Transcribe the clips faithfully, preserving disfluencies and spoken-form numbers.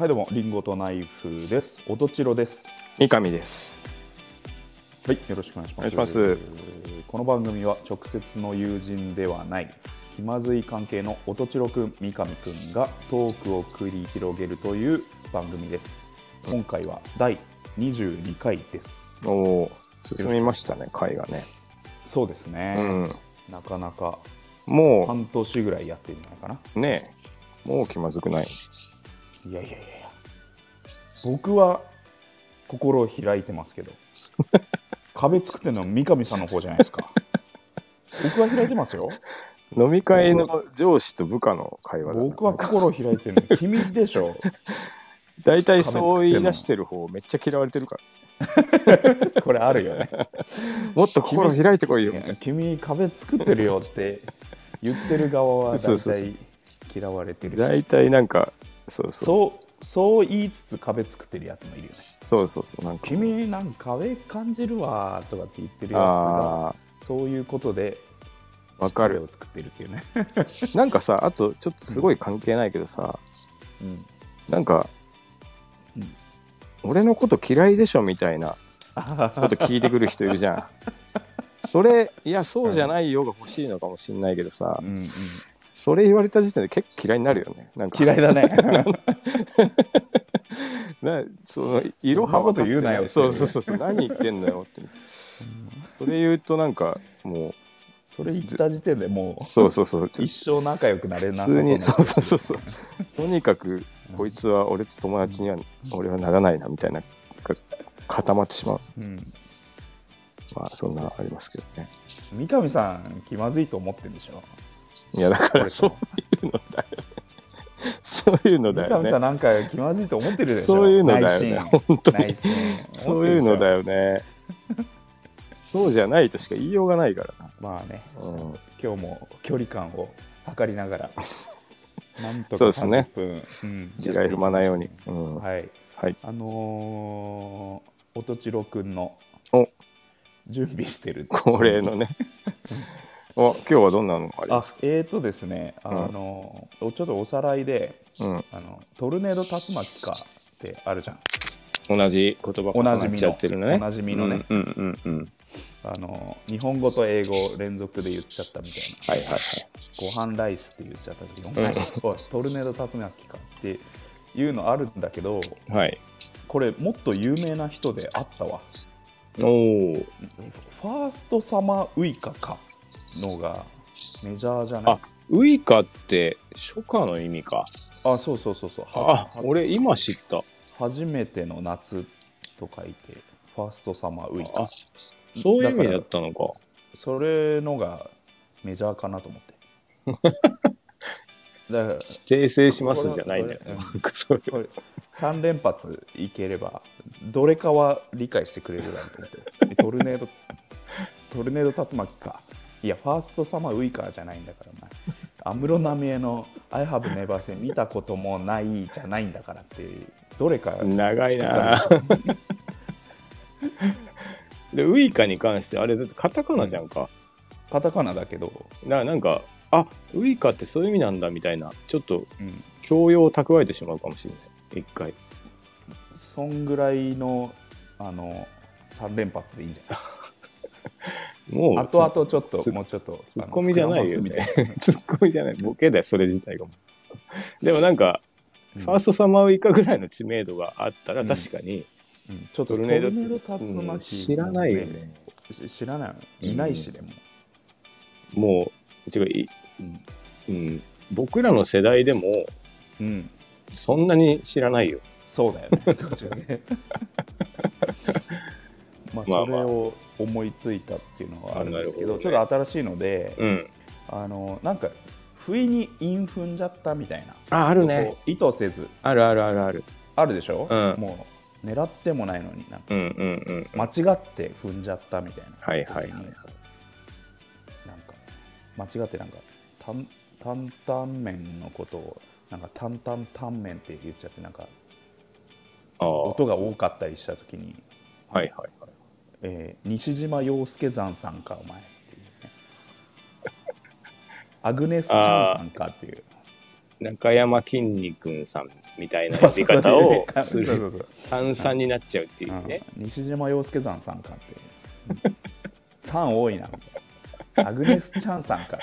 はいどうもリンゴとナイフです。おとちろです。 三上です。 はい、よろしくお願いします。 お願いします。 この番組は直接の友人ではない気まずい関係のおとちろくん、三上くんがトークを繰り広げるという番組です。今回はだいにじゅうにかいです。 おお、進みましたね、回がね。 そうですね、うん、なかなかもう半年ぐらいやってるんじゃないかな。 ねえ、もう気まずくない？ いやいやいやいや、僕は心を開いてますけど壁作ってるのは三上さんの方じゃないですか。僕は開いてますよ。 飲み会の上司と部下の会話だ。 僕は心を開いてるの君でしょ。 だいたいそう言い出してる方めっちゃ嫌われてるからこれあるよね。 もっと心開いてこいよみたいな。 君壁作ってるよって言ってる側はだいたい嫌われてるし、 だいたいなんかそうそうそうそう言いつつ壁作ってるやつもいるよね。 そうそうそう、なんか君なんか壁感じるわとかって言ってるやつがそういうことでわかるを作ってるっていうねなんかさ、あとちょっとすごい関係ないけどさ、うん、なんか、うん、俺のこと嫌いでしょみたいなこと聞いてくる人いるじゃんそれいやそうじゃないよが欲しいのかもしんないけどさ、うんうん、それ言われた時点で結構嫌いになるよね。なんか嫌いだねなその色幅と言うなよ。そうそうそうそう、何言ってんのよってそれ言うとなんかもうそれ言った時点でもうそうそうそう一生仲良くなれなさそうにそうそうそうそうとにかくこいつは俺と友達には俺はならないなみたいな固まってしまう、うん、まあそんなありますけどね。 三上さん気まずいと思ってるんでしょ。 いやだからそういうのだよねそういうのだよね。 三上さんなんか気まずいと思ってるでしょ。 そういうのだよね。本当にそういうのだよねそうじゃないとしか言いようがないからな。 まあね、うん、今日も距離感を測りながらなんとかそうですね、 うん、 地雷踏まないように、うん、 はい、はい、あのー、おとちろくんの準備してる恒例のねお今日はどんなのありますか？ えーとですね、あのーうん、ちょっとおさらいで、うん、あのトルネード竜巻かってあるじゃん。 同じ言葉重なっちゃってるね。 おなじみのね、うんうんうんうん、あの日本語と英語連続で言っちゃったみたいな、はいはいはい、ご飯ライスって言っちゃった時、うん、トルネード竜巻かっていうのあるんだけど、はい、これもっと有名な人であったわ。おー、ファーストサマーウイカかのがメジャーじゃない？ あ、ウイカって初夏の意味か。 あ、そうそうそうそう。 あ、俺今知った。 初めての夏と書いてファーストサマーウイカ。 あ、そういう意味だったのか。 それのがメジャーかなと思ってだから訂正しますじゃないんだよ、 うん、さん連発いければどれかは理解してくれるだろうと思ってトルネードトルネード竜巻か、いやファーストサマーウイカじゃないんだから安室奈美恵の I have never seen 見たこともないじゃないんだからってどれか長いなでウイカに関してあれだってカタカナじゃんか、うん、 カタカナだけどな、なんかあウイカってそういう意味なんだみたいなちょっと教養を蓄えてしまうかもしれない一回。 そんぐらいのあのさん連発でいいんじゃないもうあとあとちょっともうちょっとツッコミじゃないよねツッコミじゃないボケだよそれ自体がでもなんか、うん、ファーストサマーウイカぐらいの知名度があったら確かに、うんうん、 ちょっとトルネード竜巻、うん、 知らないよね。 知らないいないしでも、 うん、もう違うい、うんうん、僕らの世代でも、うん、そんなに知らないよ。 そうだよねまあそれを思いついたっていうのはあるんですけど、まあまあ、ちょっと新しいので、うん、あのなんか不意に韻踏んじゃったみたいな。 あ、あるね。 意図せずあるあるあるあるあるでしょ、うん、もう狙ってもないのになんか、うんうんうん、間違って踏んじゃったみたいな。はいはいはい、なんか間違ってなんか担々麺のことをなんか担々タンメンって言っちゃってなんか音が多かったりしたときに、 はいはいはい、 えー、西島陽介山さんかお前っていう、ね、アグネス・チャンさんかっていう、 中山きんに君さんみたいな呼び方をする三三になっちゃうっていうね。 西島陽介山さんかって三多いな。アグネス・チャンさんか。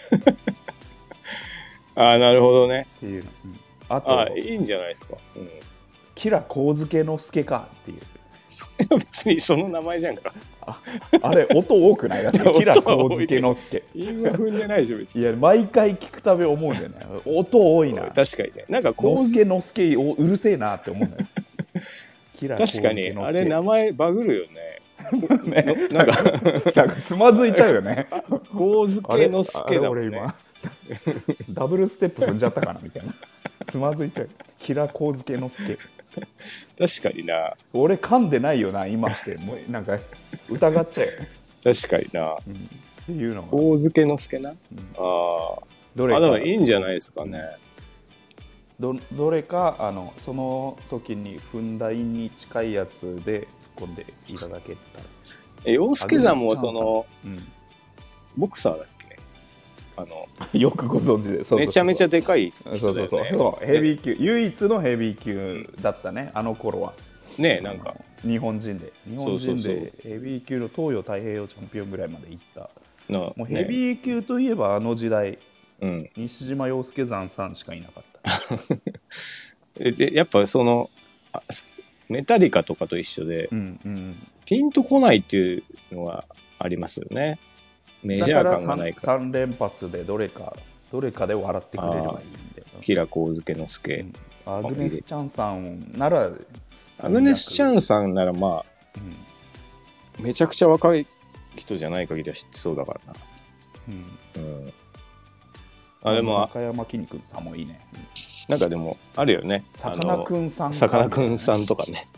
ああなるほどね。 っていうの、うん、あとあいいんじゃないですか。うん、 キラコウズケノスケかっていう。 それは別にその名前じゃんか。 あ, あれ音多くないだってキラコウズケノスケ。 韻は踏んでないでしょ別に。 いや毎回聞くたび思うんだよね。音多いな。 確かにね。なんかコウズケノスケうるせえなって思うんだよ。 キラ確かにあれ名前バグるよね。 ねなんかなんかつまずいちゃうよね。 コウズケノスケだもんね。 俺今ダブルステップ踏んじゃったかなみたいな。つまずいちゃう。キラコウズケノスケ。 確かにな。 俺噛んでないよな今ってもうなんか疑っちゃうよね。 確かにな、うん、 っていうのが大漬の助な、うん、あどれかあでもいいんじゃないですかね。 ど, どれかあのその時に踏んだ韻に近いやつで突っ込んでいただけたら。陽介さんもその、うん、ボクサーだっけあのよくご存知で。そうそうそう、 めちゃめちゃでかい人だよね。 そうそうそう、ヘビー級唯一のヘビー級だったねあの頃はね。なんか日本人で日本人でヘビー級の東洋太平洋チャンピオンぐらいまで行ったの、もうヘビー級といえばあの時代、うん、西島陽介山さんしかいなかったでやっぱそのメタリカとかと一緒で、うんうん、ピンとこないっていうのがありますよね。メジャー感がないから。 さん連発でどれかどれかで笑ってくれればいいんで。 キラコウズケノスケ、 うん、アグネス・チャンさんならアグネス・チャンさんならまあ、うん、めちゃくちゃ若い人じゃない限りは知ってそうだからな。うん。うん、あでも中山きんに君さんもいいね。 なんかでもあるよね。 さかなクンさん、 さかなクンさんとかね。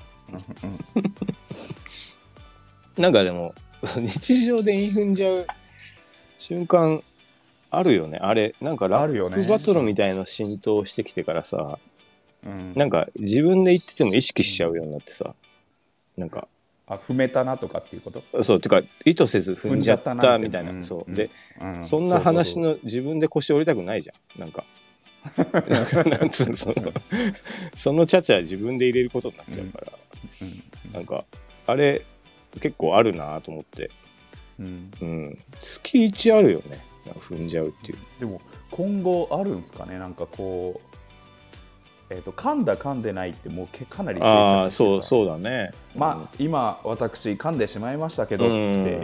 なんかでも日常で韻踏んじゃう瞬間あるよね。あれなんかラップバトルみたいの浸透してきてからさ、うん、なんか自分で言ってても意識しちゃうようになってさ、なんかあ踏めたなとかっていうこと。 そうてか意図せず踏んじゃったみたいな、うん、そうで、うんうん、そんな話の自分で腰折りたくないじゃん。なんかなんつうのそのそのチャチャ自分で入れることになっちゃうから、うんうん、なんかあれ結構あるなと思って、うんうん、月いちあるよね。踏んじゃうっていう。 でも今後あるんですかね。なんかこう、えーと、噛んだ噛んでないってもうかなりああそうそうだね。 まあ、うん、今私噛んでしまいましたけどって、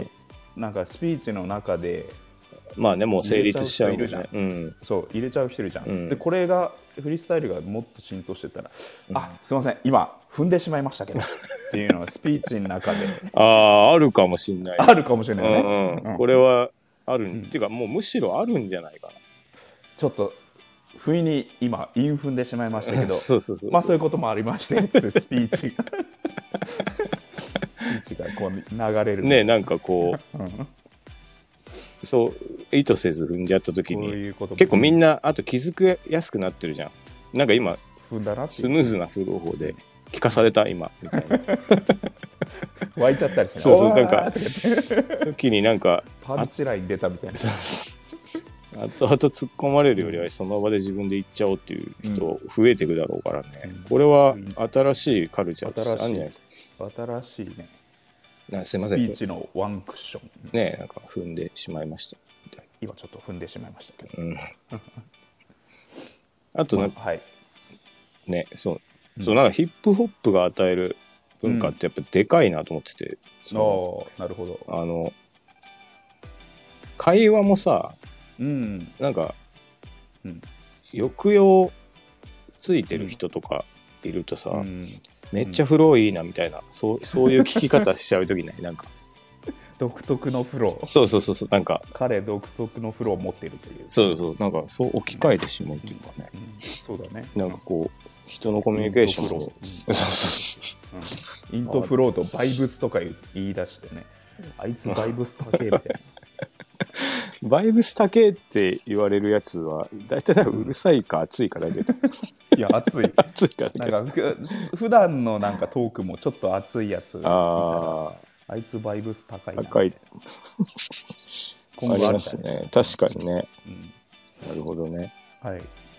うん、なんかスピーチの中でまあねもう成立しちゃういるじゃん、うん、そう入れちゃう人いるじゃん、うん、でこれがフリースタイルがもっと浸透してたら、うん、あすいません今踏んでしまいましたけどっていうのがスピーチの中であああるかもしれない。 あるかもしれないね、 うんうん、これはある、うん、っていうかもうむしろあるんじゃないかな。 ちょっと不意に今イン踏んでしまいましたけどそうそうそうそう、 まあそういうこともありましてつってスピーチがスピーチがこう流れるね。なんかこう、うん、そう意図せず踏んじゃった時にうう結構みんなあと気づくやすくなってるじゃん。なんか今踏んだなスムーズなフロー法で聞かされた今みたいな湧いちゃったりして、 そうそうなんか時になんかパンチライン出たみたいなあとあと突っ込まれるよりはその場で自分で言っちゃおうっていう人増えていくだろうからね、うん、これは新しいカルチャーとしてあるんじゃないですか。 新しいね。 なすいませんスピーチのワンクッションねなんか踏んでしまいましたみたいな。 今ちょっと踏んでしまいましたけど、うん、 あとなんか、 まあ、はいねそう、うん、そうなんかヒップホップが与える文化ってやっぱでかいなと思ってて、 うん、あなるほど。 あの会話もさ、 うん、 なんか、うん、抑揚ついてる人とかいるとさ、うん、めっちゃフローいいなみたいな、うん、そうそういう聞き方しちゃう時ないなんか独特のフロー。 そうそうそうそうなんか彼独特のフローを持ってるという。 そうそうなんかそう置き換えてしまうというかね、 うんうん、そうだね。 なんかこう人のコミュニケーションも、 うん、イントフローとバイブスとか言い出してね、あいつバイブス高えみたいなバイブス高えって言われるやつは大体うるさいか熱いかだけどいや熱い熱いかなんか普段のなんかトークもちょっと熱いやつああいつバイブス高いな高い今後ありますね。確かにね、うん、なるほどね。 はい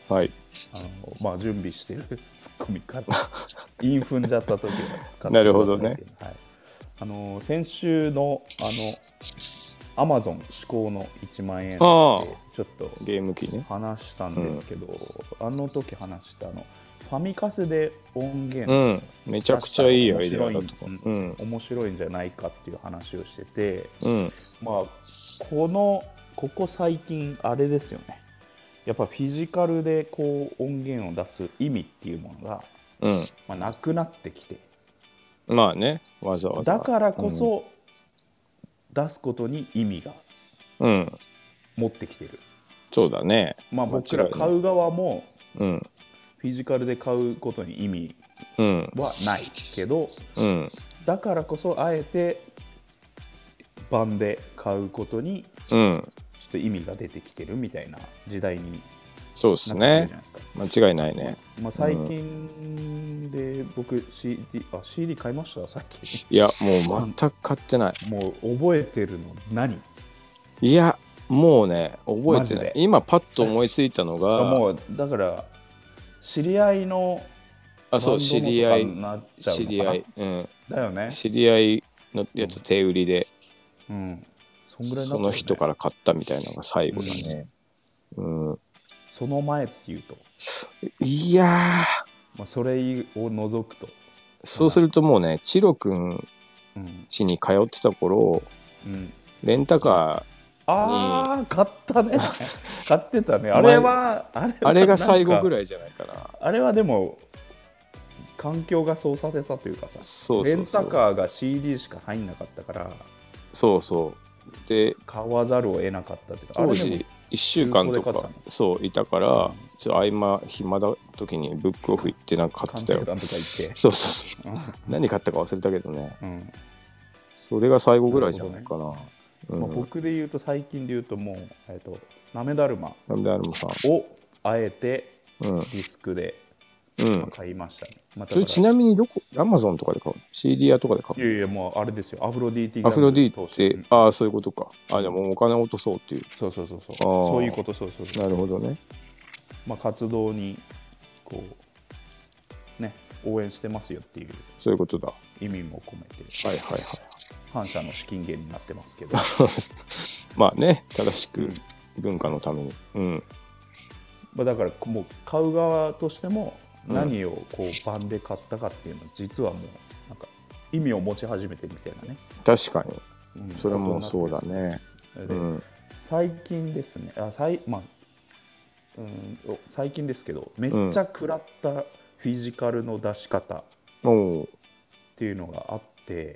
はい、 あのまあ準備してるツッコミからイン踏んじゃった時は使ってください。 なるほどね。 はい、あの先週のあのアマゾン至高のいちまんえんってちょっとゲーム機ね話したんですけど、うん、あの時話したあのファミカセで音源、 うん、めちゃくちゃいいアイデアだとか、 うん、面白いんじゃないかっていう話をしてて、 うん、 まあこのここ最近あれですよね、やっぱフィジカルでこう音源を出す意味っていうものが、 うんまあ、なくなってきて、 まあね、わざわざだからこそ、うん出すことに意味が持ってきてる、うん、 そうだね。 まあ僕ら買う側も、 うん、 フィジカルで買うことに意味はないけど、 うん、 だからこそあえて版で買うことにちょっと意味が出てきてるみたいな時代にそうですね。間違いないね。 まあ、最近で僕 シーディー、あ シーディー 買いましたさっき。 いやもう全く買ってない。 もう覚えてるの何？ いやもうね覚えてない。今パッと思いついたのがもうだから知り合いのあそう知り合い知り合い、うん、 だよね。 知り合いのやつ手売りで、 うん、そんぐらいその人から買ったみたいなのが最後だね。うん。うんその前っていうといやー、 まあ、それを除くとそうするともうねチロくん家に通ってた頃、うん、レンタカーにあー買ったね買ってたねあれはあれはあれが最後ぐらいじゃないかな。 あれはでも環境がそうさせたというかさそうそうそうレンタカーが シーディー しか入んなかったからそうそうで買わざるを得なかったっていうか当時いっしゅうかんとかそういたから、うん、ちょ合間暇だ時にブックオフ行ってなんか買ってたよ。そうそうそう何買ったか忘れたけどね、うん、それが最後ぐらいじゃないかな、ねうんまあ、僕で言うと最近で言うともう、えーと、なめだるまなめだるまさんをあえてディスクで、うんまあ、買いましたね、まあ、 それちなみにどこアマゾンとかで買う シーディー 屋とかで買う？ いやいやもうあれですよアフロディーティアフロディーって、うん、ああそういうことかあじゃあもうお金落とそうっていうそうそうそうそうそういうことそうそうそうなるほどね、 まあ、活動にこうね応援してますよっていうそういうことだ意味も込めてはいはいはい反社の資金源になってますけどまあね正しく文化のためにうん、うんまあ、だからもう買う側としても何をこう版で買ったかっていうのは実はもうなんか意味を持ち始めてるみたいなね確かに、うん、それもそうだねで、うん、最近ですねあ最、まあうん、最近ですけどめっちゃ食らったフィジカルの出し方っていうのがあって、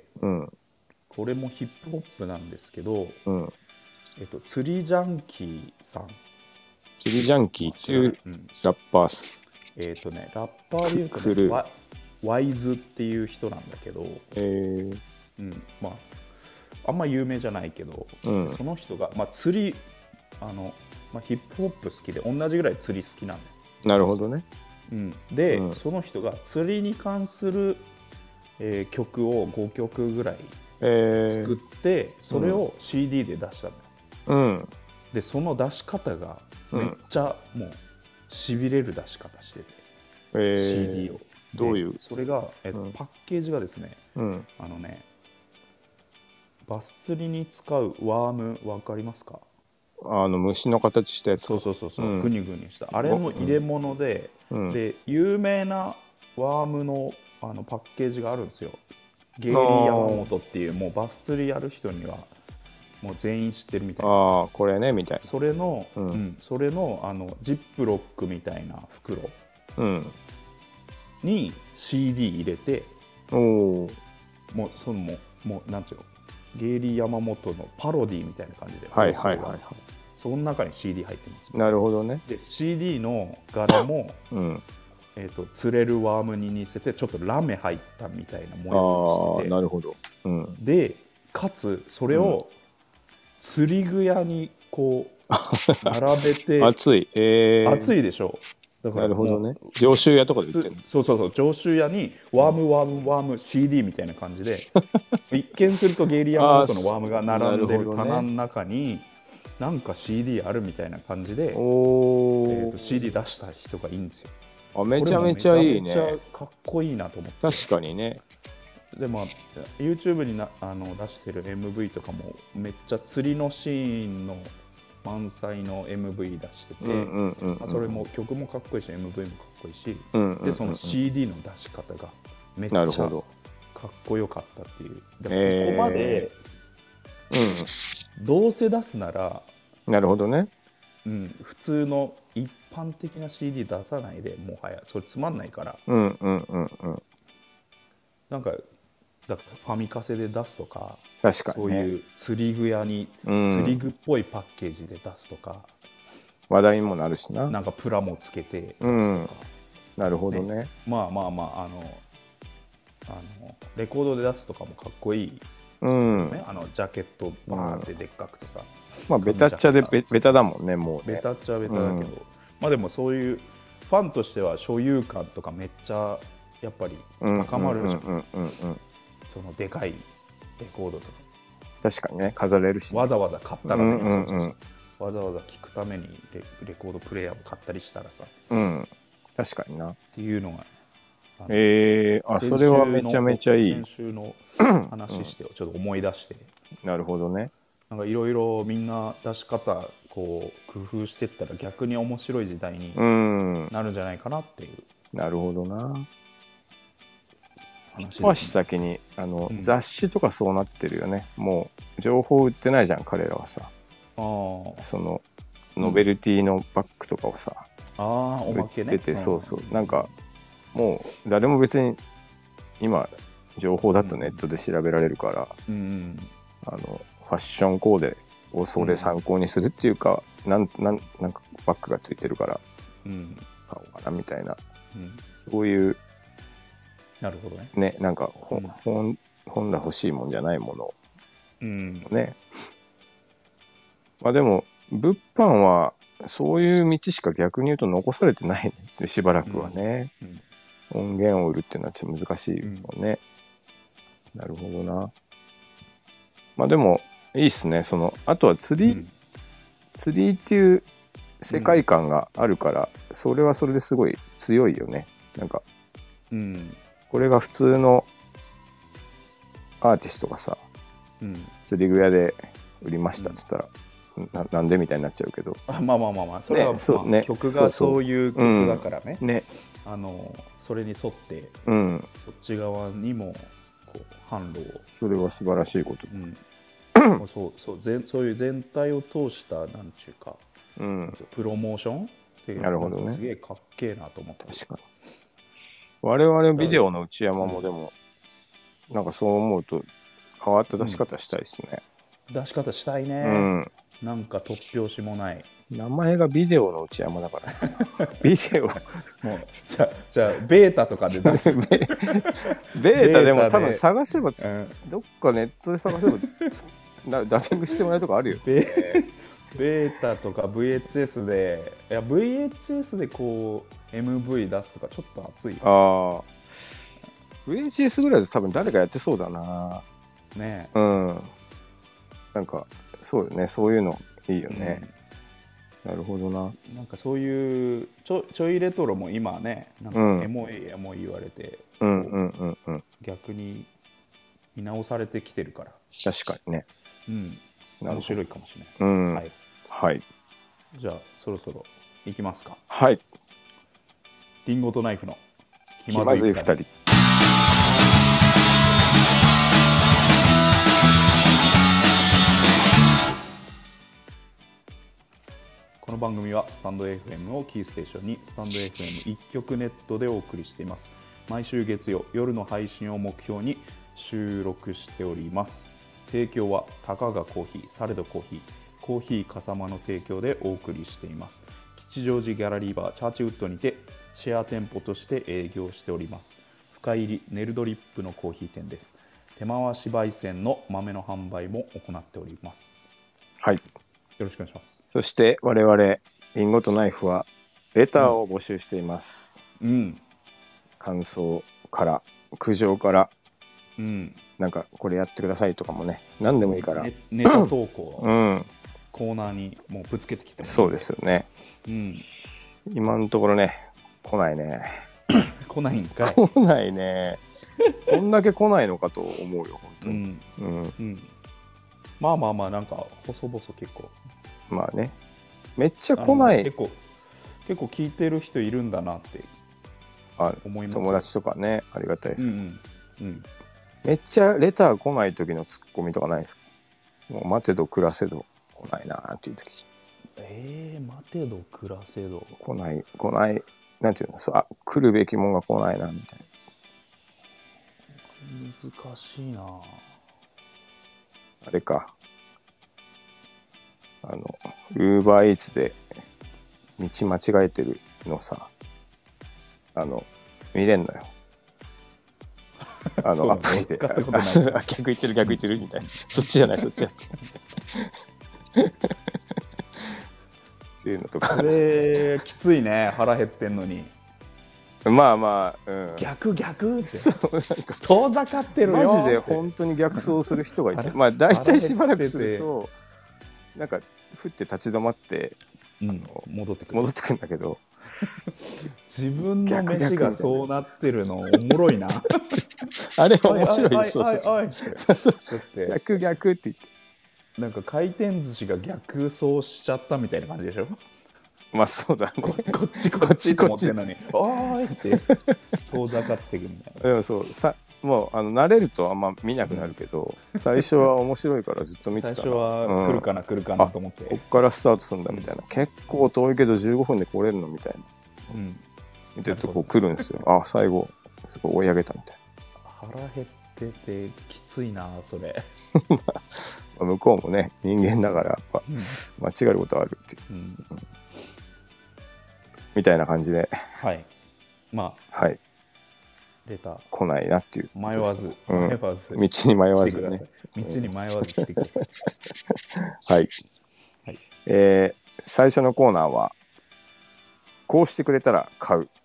うん、これもヒップホップなんですけど、うんえっと、釣りジャンキーさん釣りジャンキーっていうラッパーさんえっ、ー、とね、ラッパーでいうと、ね、ワ, ワイズっていう人なんだけど、えーうんまあ、あんま有名じゃないけど、うん、その人が、まあ、釣りあの、まあ、ヒップホップ好きで同じぐらい釣り好きなんだよ。 なるほどね、 うん、で、うん、その人が釣りに関する、えー、曲をごきょくぐらい作って、えー、それを シーディー で出したんだよ、うん、でその出し方がめっちゃもうしびれる出し方してて、えー、シーディー をどういうそれが、えーとうん、パッケージがですね、うん、あのねバス釣りに使うワーム分かりますか？ あの虫の形したやつそうそうそうそう、うん、グニグニしたあれの入れ物で、うん、で有名なワーム の, あのパッケージがあるんですよ。ゲイリー山本っていうもうバス釣りやる人にはもう全員知ってるみたいな。 ああこれねみたいな。 それの、うんうん、それのあのジップロックみたいな袋に シーディー 入れて、うん、もうそのもうもうなんていうのゲイリー山本のパロディみたいな感じで、 はいはいはいはい、 その中に シーディー 入ってます。 なるほどね。 で シーディー の柄も、うんえー、と釣れるワームに似せてちょっとラメ入ったみたいな模様にしてて、 あなるほど、うん、 でかつそれを釣り具屋にこう並べて熱い、えー、 熱いでしょ。だからなるほどね。上州屋とかで売ってるの。 そうそうそう上州屋にワームワームワーム シーディー みたいな感じで一見するとゲイリー山本のワームが並んでる棚の中になんか シーディー あるみたいな感じで、 おえー、と シーディー 出した人がいいんですよ。 あ、めちゃめちゃいいね。 めちゃめちゃかっこいいなと思って。 確かにね。 でまあ YouTube になあの出してる エムブイ とかもめっちゃ釣りのシーンの満載の エムブイ 出してて、それも曲もかっこいいし エムブイ もかっこいいし、うんうんうんうん、でその シーディー の出し方がめっちゃかっこよかったっていう。でここまで、えーうん、どうせ出すならなるほどね、 うん、普通の一般的な シーディー 出さないで、もはやそれつまんないから、 うんうんうんうん、 なんかだからファミカセで出すとか、 確かに、ね、 そういう釣り具屋に釣り具っぽいパッケージで出すとか、うん、 話題にもなるしな、 なんかプラモつけて出すとか、うん、 なるほど ね, ねまあまあまああのあのレコードで出すとかもかっこいい、 うんね、あのジャケットバーンってでっかくてさ、うん、 まあベタっちゃで ベ, ベタだもんね、もうね、 ベタっちゃベタだけど、うん、まあでもそういうファンとしては所有感とかめっちゃやっぱり高まるじゃん、そのでかいレコードとか確かにね、飾れるし、ね、 わざわざ買ったらね、うんうんうん、わざわざ聴くために レ, レコードプレーヤーを買ったりしたらさ、 うん、確かになっていうのが、 えー、あ、それはめちゃめちゃいい。 先週の話してちょっと思い出して、 うん、なるほどね。 なんかいろいろみんな出し方こう工夫してったら逆に面白い時代になるんじゃないかなっていう、 うん、なるほどな。一足先にあの、うん、雑誌とかそうなってるよね。もう情報売ってないじゃん、彼らはさ。あそのノベルティのバッグとかをさ、 うん、あおまけね、 売ってて、そうそう、なんかもう誰も別に今情報だとネットで調べられるから、うんうん、あのファッションコーデをそれ参考にするっていうか、うん、なんなんなんかバッグがついてるから買おうかなみたいな、うん、そういうなるほどね。 ね、なんか本、うん、本、本来欲しいもんじゃないものを、うん、ね。まあでも物販はそういう道しか逆に言うと残されてないね。しばらくはね、うんうん、音源を売るっていうのはちょっと難しいもんね、うん。なるほどな。まあでもいいっすね。そのあとは釣り、うん、釣りっていう世界観があるから、うん、それはそれですごい強いよね。なんか。うんこれが普通のアーティストがさ、うん、釣り具屋で売りましたっつったら、うん、な, なんでみたいになっちゃうけど、 あまあまあまあまあそれは、ねそうね、曲がそういう曲だからね、うん、ねあのそれに沿って、うん、そっち側にもこう販路を、 それは素晴らしいこと、うん、そうそう全そういう全体を通したなんちゅうか、うん、プロモーションっていうなるほどね、 すげえかっけえなと思って。 確かに我々ビデオの内山もでも、うん、なんかそう思うと変わった出し方したいですね、 うん、出し方したいね、うん、なんか突拍子もない名前がビデオの内山だからビデオもうじゃあじゃあベータとかで出すベータでも多分探せば、うん、どっかネットで探せばダビングしてもらうとこあるよベベータとか ブイエイチエス でいや ブイエイチエス でこうエムブイ 出すとかちょっと熱い。ああブイエイチエス ぐらいで多分誰かやってそうだなねえ、うん、なんかそうよね、そういうのいいよね、うん、なるほどな。 なんかそういうちょ、ちょいレトロも今ねなんかエモいエモい言われて、うんうんうんうん、逆に見直されてきてるから確かにね、 うん、面白いかもしれない、 うん、はい、はい、 じゃあそろそろいきますか。 はい、 リンゴとナイフの気まずいふたり。 この番組はスタンド エフエム をキーステーションにスタンド エフエム 一曲ネットでお送りしています。毎週月曜夜の配信を目標に収録しております。提供はたかがコーヒー、サレドコーヒー、コーヒーかさまの提供でお送りしています。吉祥寺ギャラリーバーチャーチウッドにてシェア店舗として営業しております。深入りネルドリップのコーヒー店です。手回し焙煎の豆の販売も行っております。 はい、よろしくお願いします。 そして我々リンゴとナイフはレターを募集しています、うん、感想から苦情から、うん、なんかこれやってくださいとかもね、何でもいいから、 ね、ネタ投稿、 うん、 コーナーにもうぶつけてきてもいい。 そうですよね、うん、今のところね来ないね来ないんかい。 来ないねこんだけ来ないのかと思うよ本当に、うんうんうん、まあまあまあなんか細々結構まあねめっちゃ来ない結構結構聞いてる人いるんだなって思います。 友達とかねありがたいです、 うんうんうん、 めっちゃレター来ない時のツッコミとかないですか？もう待てど暮らせど来ないなっていう時。 えー、待てど暮らせど来ない来ないなんていうのあ来るべきもんが来ないなみたいな。難しいな。 あれかあのウーバーイーツで道間違えてるのさあの見れんのよあのアプリであ逆言ってる逆言ってるみたいなそっちじゃないそっちじゃないっていうのとかそれきついね腹減ってんのにまあまあ、うん、 逆逆ってそうなんか遠ざかってるよマジで本当に逆走する人がいてまあ大体しばらくするとなんかふって立ち止まって、 うん、戻ってくる戻ってくるんだけど自分の飯がそうなってるのおもろいなあれ面白いですそうそう逆逆って言ってなんか回転寿司が逆走しちゃったみたいな感じでしょ。 まあそうだねこ, こっちこっちと思ってんのにおーいって遠ざかってくるみたいな。 でもそうさもうあの慣れるとあんま見なくなるけど、うん、最初は面白いからずっと見てた最初は来るかな、うん、来るかなと思ってこっからスタートするんだみたいな、うん、結構遠いけどじゅうごふんで来れるのみたいな、うん、見てるとこう来るんですよ。あ最後そこ追い上げたみたいな。腹減っててきついなそれ向こうもね人間だからやっぱ、うん、間違えることあるっていう、うん、みたいな感じではいまあはい出た来ないなっていう迷わず、 うん、 迷わず道に迷わずね道に迷わず来てくださいはい、はいえー、最初のコーナーはこうしてくれたら買う。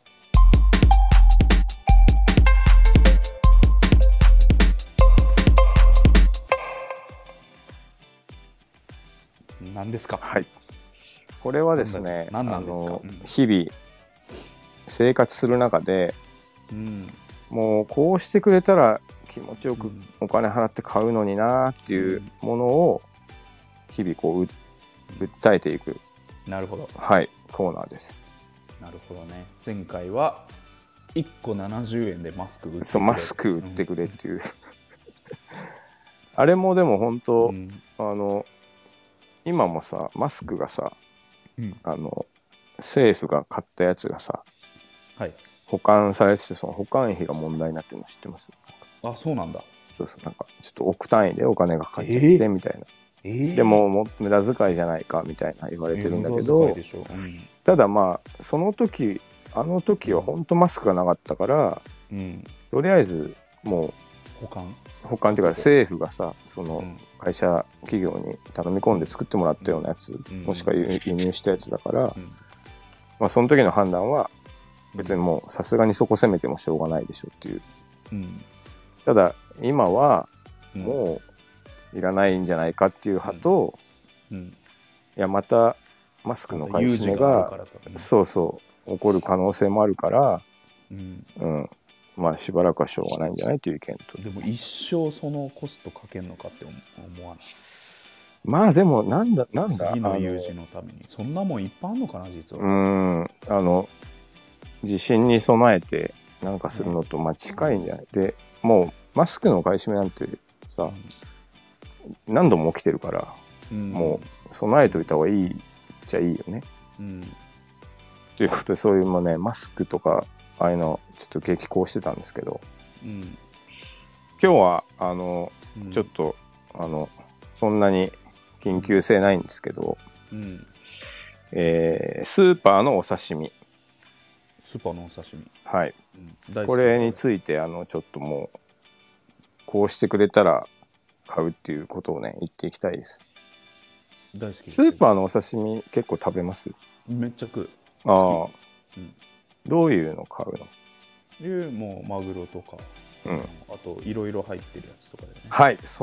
何ですか？ はいこれはですね何なんですか？ あの、うん、日々生活する中で、うん、もうこうしてくれたら気持ちよくお金払って買うのになっていうものを日々こう訴えていく、 なるほどはいコーナーです。 なるほどね。前回はいっこななじゅうえんでマスク売ってくれそうマスク売ってくれっていう、うん、あれもでも本当、うん、あの今もさマスクがさ、うん、あの政府が買ったやつがさ、はい、保管されててその保管費が問題になってるの知ってます？ あそうなんだ。 そうそうなんかちょっと億単位でお金がかかっちゃってみたいな、えー、でもも無駄遣いじゃないかみたいな言われてるんだけど、えーうん、ただまあその時あの時は本当マスクがなかったから、うん、とりあえずもう保管保管っていうか政府がさその会社企業に頼み込んで作ってもらったようなやつ、うん、もしくは輸入したやつだから、うんまあ、その時の判断は別にもうさすがにそこ攻めてもしょうがないでしょっていう、うん、ただ今はもういらないんじゃないかっていう派と、うんうん、いやまたマスクの買い占めがそうそう起こる可能性もあるから、うんうん、まあしばらくはしょうがないんじゃないという意見と。 でも一生そのコストかけるのかって思わない。 まあでもなんだなんだ次の有事のためにそんなもんいっぱいあるのかな実は。 うんあの地震に備えてなんかするのとまあ近いんじゃない、うん、でもうマスクの買い占めなんてさ、うん、何度も起きてるから、うん、もう備えといた方がいいじゃいいよね、うん、ということでそういうもねマスクとかああいうのちょっと激高してたんですけど、うん、今日はあの、うん、ちょっとあのそんなに緊急性ないんですけど、うんえー、スーパーのお刺身スーパーのお刺身はい、うん、これについてあのちょっともうこうしてくれたら買うっていうことをね言っていきたいです。 大好きです。 スーパーのお刺身結構食べます？ めっちゃ食う。 ああ、うん、どういうの買うの？ えもうマグロとか、うん、あといろいろ入ってるやつとかでね。 はいそう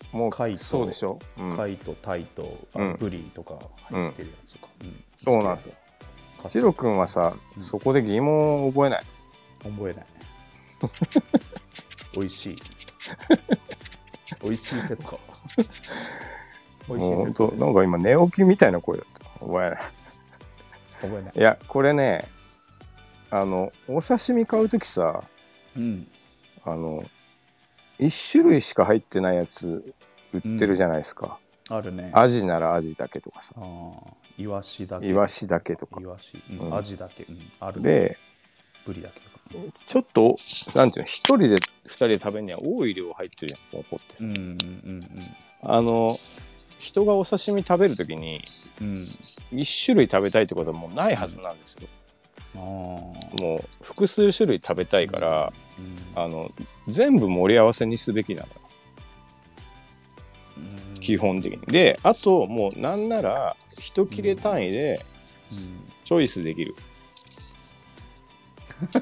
もう貝とそうでしょ、うん、 貝とタイと、うん、ブリとか入ってるやつとか、 うんうん、そうなんですよ。ジロ君はさ、うん、そこで疑問を覚えない？ 覚えない美味しい美味しいセット美味しいセットです。なんか今寝起きみたいな声だった。覚えない覚えない。 いやこれね、あのお刺身買うときさ、うん、あのいち種類しか入ってないやつ売ってるじゃないですか、 うん、あるね。 アジならアジだけとかさ、あイワシだけイワシだけとか、 イワシ、うんうん、アジだけ、うん、あるね。 でブリだけとか、 ちょっとなんていうの、一人で二人で食べるには多い量入ってるやん、ポンってさ、うんうんうんうん、あの人がお刺身食べるときに、うん、一種類食べたいってことはもうないはずなんですよ、うん、もう複数種類食べたいから、うんうん、あの全部盛り合わせにすべきなのよ、うん、基本的に。であともうなんなら一切れ単位でチョイスできる、 うん、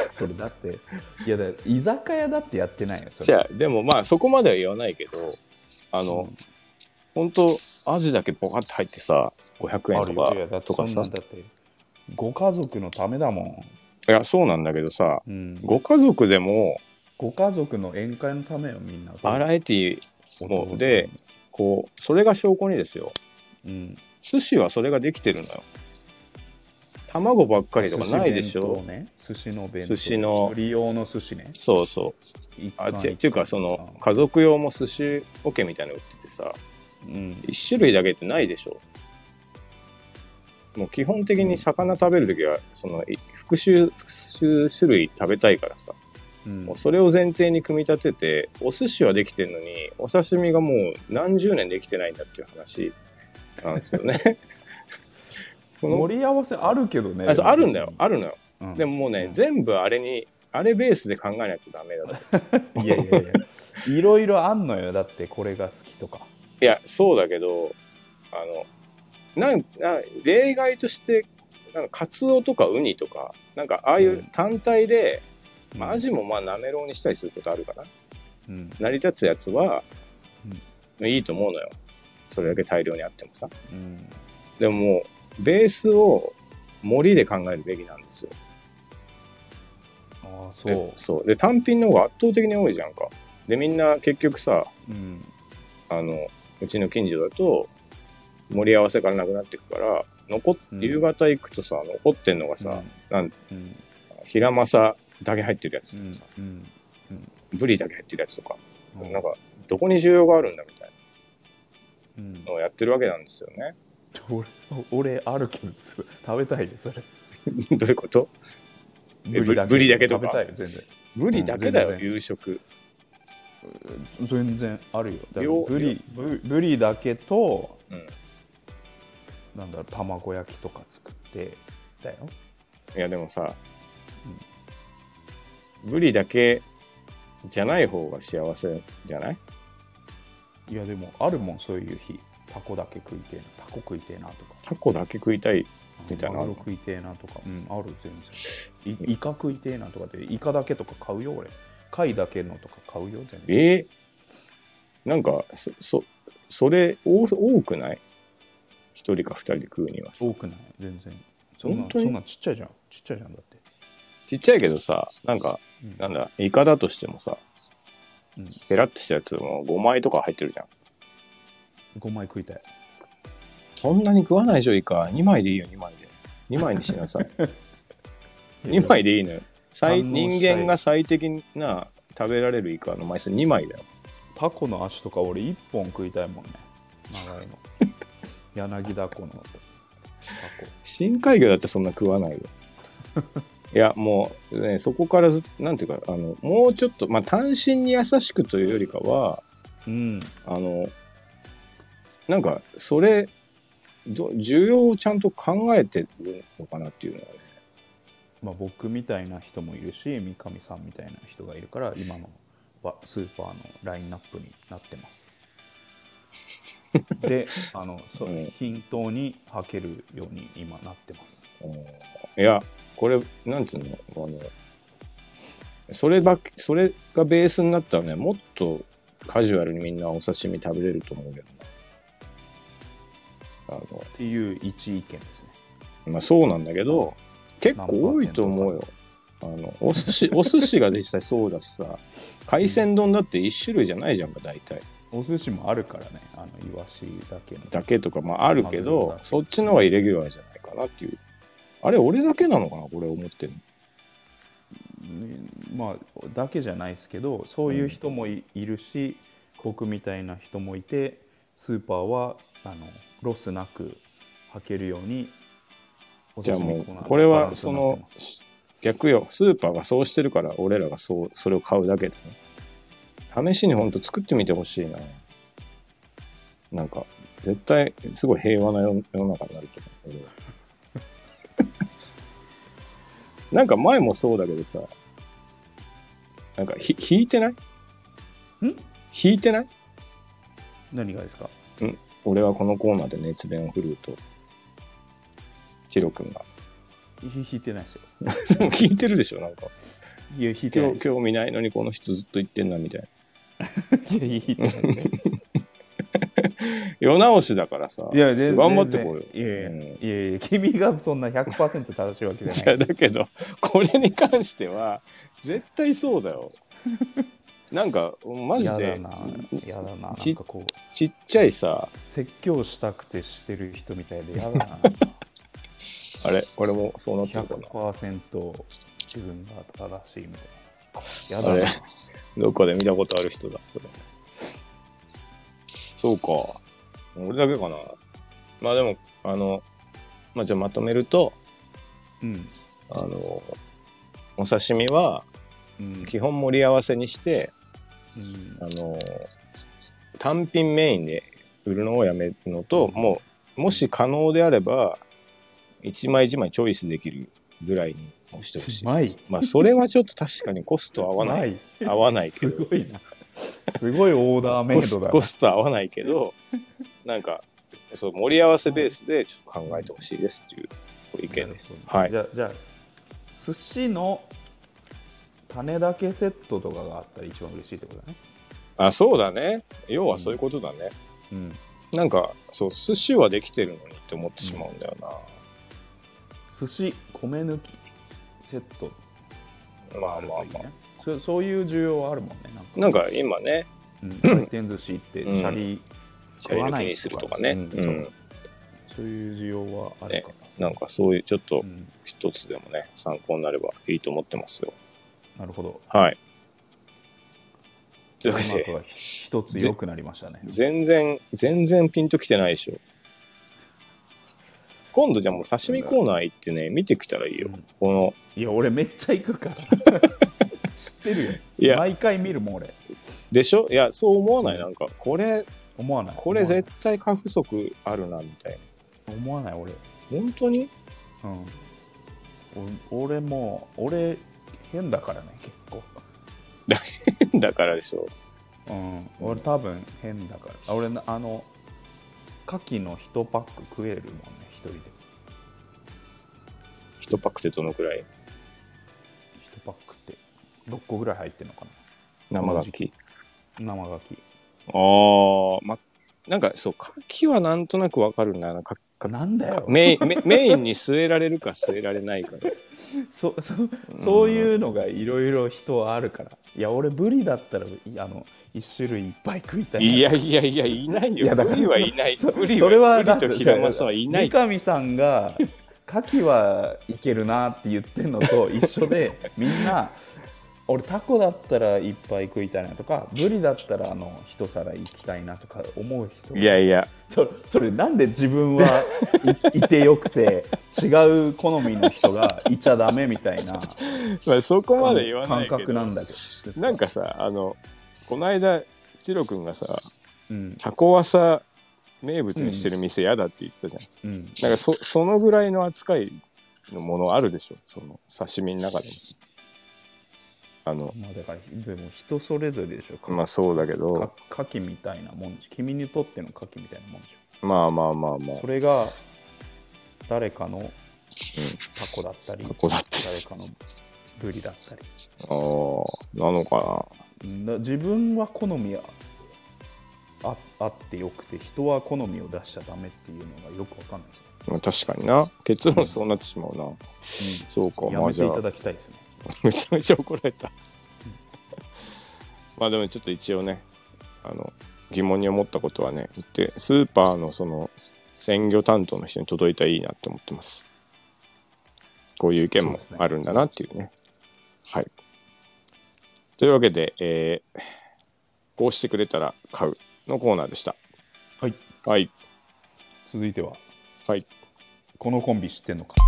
それだっていやだ居酒屋だってやってないよそれ。 じゃあでもまあそこまでは言わないけど、あの、うん、ほんとアジだけポカッて入ってさごひゃくえんとかとかさ、 だってご家族のためだもん。 いやそうなんだけどさ、うん、ご家族でもご家族の宴会のためよ、みんなバラエティーでこうそれが証拠にですよ、うん、寿司はそれができてるのよ。卵ばっかりとかないでしょ。 寿司の弁当、 寿司の料理用の寿司ね。 そうそうあってっていうかその家族用も寿司桶みたいなの売っててさ、うん、一種類だけってないでしょ。もう基本的に魚食べるときはその複数複数種類食べたいからさ、うん、もうそれを前提に組み立てて、お寿司はできてるのにお刺身がもう何十年できてないんだっていう話なんですよね盛り合わせあるけどね。 あ, あるんだよあるのよ、うん、でももうね、うん、全部あれにあれベースで考えないとダメだといやいやいやいろいろあんのよ。だってこれが好きとか。 いやそうだけど、あのなんな例外としてなんかカツオとかウニとかなんかああいう単体で、うん、まあ、アジもまあなめろうにしたりすることあるかな、うん、成り立つやつは、うん、いいと思うのよ、それだけ大量にあってもさ、うん、でももうベースを盛りで考えるべきなんですよ。 ああそう。 そうで単品の方が圧倒的に多いじゃんか。でみんな結局さ、うん、あのうちの近所だと盛り合わせからなくなっていくから残っ、うん、夕方行くとさ残ってんのがさ、うん、なん、うん、ヒラマサだけ入ってるやつとかさ、うんうんうん、ブリだけ入ってるやつとか、うん、なんかどこに需要があるんだみたいなのをやってるわけなんですよね。 俺, 俺あるけど食べたいでそれどういうこと？ブリだけ、ブリだけとか食べたいよ全然。 ブリだけだよ、うん、夕食全然あるよ。だからブリブブリだけと、うん、なんだろう卵焼きとか作ってだよ。 いやでもさ、うん、ブリだけじゃない方が幸せじゃない？ いやでもあるもんそういう日。タコだけ食いてえな、タコ食いてえなとか、 タコだけ食いたいみたいな、 マグロ食いてえなとか、うん、ある全然。イカ食いてえなとかで、イカだけとか買うよ俺。貝だけのとか買うよ全然。 えー、なんかそそそれ多多くない？一人か二人で食うにはさ。 多くない全然。そんなそんなちっちゃいじゃん、ちっちゃいじゃんだって。 ちっちゃいけどさ、なんか、うん、なんだイカだとしてもさ、うん、ペラッとしたやつもごまいとか入ってるじゃん。 ごまい食いたい。 そんなに食わないでしょイカ。にまいでいいよにまいで。にまいにしなさい。にまいでいいのよ。最人間が最適な食べられるイカの枚数にまいだよ。 タコの足とか俺いっぽん食いたいもんね。長いの。柳田湖のタコ。 深海魚だってそんな食わないよ。いやもうねそこからずなんていうかあのもうちょっとまあ単身に優しくというよりかは、うん、あのなんかそれど需要をちゃんと考えてるのかなっていうのはね。 まあ僕みたいな人もいるし三上さんみたいな人がいるから今のスーパーのラインナップになってます。であのそう、うん、均等に履けるように今なってます。 いやこれなんつうのあのそればそれがベースになったらねもっとカジュアルにみんなお刺身食べれると思うけどな。あのっていう一意見ですね。 まあそうなんだけど、結構多いと思うよ。あのお寿司お寿司が実際そうだしさ、海鮮丼だって一種類じゃないじゃんか大体。 お寿司もあるからね、あのイワシだけのだけとかまああるけど、そっちの方がイレギュラーじゃないかなっていう。あれ俺だけなのかなこれ思ってるの。 まあだけじゃないですけど、そういう人も い,、うん、いるし、僕みたいな人もいて、スーパーはあのロスなく履けるように。 じゃあもうこれはその逆よ、スーパーがそうしてるから俺らがそうそれを買うだけでね。試しにほんと作ってみてほしいな。なんか絶対すごい平和な世の中になると思う。なんか前もそうだけどさ、なんかひ引いてない？ん？引いてない？ 何がですか？ ん？俺はこのコーナーで熱弁を振るうと、チロ君が。 引いてないですよ。 引いてるでしょなんか。 いや引いてないです。 興味ないのにこの人ずっと言ってんなみたいな。 いや引いてないですよ。 世直しだからさ、 いや頑張ってこうよ。 いやいや、うん、いやいや君がそんな ひゃくパーセント 正しいわけじゃない。 だけどこれに関しては絶対そうだよ。なんかマジでやだな、やだな、なんかこうちっちゃいさ、 説教したくてしてる人みたいでやだな。 あれこれもそうなってるかな。 ひゃくパーセント 自分が正しいみたいな。やだな。 あれどっかで見たことある人だそれ。そうか。俺だけかな。まあでも、あの、まあじゃあまとめると、うん、あの、お刺身は、基本盛り合わせにして、うん、あの、単品メインで売るのをやめるのと、もう、もし可能であれば、一枚一枚チョイスできるぐらいにしてほしい。まあそれはちょっと確かにコスト合わない。合わないけど。 すごいな。すごいオーダーメイドだな。 コスト合わないけど、なんかそう盛り合わせベースでちょっと考えてほしいですっていう意見です。はい。 じゃあじゃあ寿司の種だけセットとかがあったら一番嬉しいってことだね。 あ、そうだね。要はそういうことだね。うん。うん、なんかそう寿司はできてるのにって思ってしまうんだよな。 うん、寿司米抜きセット。 まあまあまあ。 そ, そういう需要はあるもんね。 なんか、なんか今ね、 うん、回転寿司ってシャリ、うん、 シャリ抜きにするとかね、うんうん、 そう、そういう需要はあるかな、 ね、なんかそういうちょっと一つでもね、参考になればいいと思ってますよ。 なるほど。 はい。というわけで一つ良くなりましたね。 全然全然ピンときてないでしょ。今度じゃあもう刺身コーナー行ってね見てきたらいいよ、うん、この。 いや俺めっちゃ行くから知ってるよ。いや毎回見るもん俺。 でしょ。いやそう思わない。なんかこれ思わない。 これ絶対過不足あるなみたいな。思わない俺。 本当に？ うん。俺も俺変だからね結構。 変だからでしょ。 うん。俺多分変だから。俺あの牡蠣のいちパック食えるもんね一人で。 いちパックってどのくらい？いちパックってろっこぐらい入ってるのかな。生牡蠣。 生牡蠣。 ああ、ま、なんかそう牡蠣はなんとなくわかるな。かかなんだよメイン。メインに据えられるか据えられないかで。 そ, そ, そういうのがいろいろ人はあるから。いや俺ブリだったらあの一種類いっぱい食いたい。 いやいやいやいないよ。いやブリはいない。ブリそれはブリとヒラマサはいない。 三上さんが牡蠣はいけるなって言ってるのと一緒でみんな俺タコだったらいっぱい食いたいなとかブリだったらあの一皿行きたいなとか思う人。 いやいやそ, それなんで自分はいいてよくて違う好みの人がいちゃダメみたいなまあそこまで言わないけど感覚なんだけど。 なんかさあのこの間チロ君がさ、うん、タコワサ名物にしてる店嫌だって言ってたじゃん、うん、なんか そ, そのぐらいの扱いのものあるでしょその刺身の中でも。あのまあだからでも人それぞれでしょ。 まあそうだけど牡蠣みたいなもん。君にとっての牡蠣みたいなもんでしょ。まあまあまあまあ。 それが誰かのタコだったり、 タコだったり誰かのブリだったり。 ああなのかな。 自分は好みはあ, あってよくて、人は好みを出しちゃダメっていうのがよくわかんないですね。 確かにな、結論そうなってしまうな、うん、そうか、 やめていただきたいですね。 めちゃめちゃ怒られたまあでもちょっと一応ね、あの疑問に思ったことはね言って、スーパーのその鮮魚担当の人に届いたらいいなって思ってます。こういう意見もあるんだなっていうね。はい。というわけで、えー、こうしてくれたら買うのコーナーでした。 はい。 はい。 続いては、 はい。 このコンビ知ってんのか。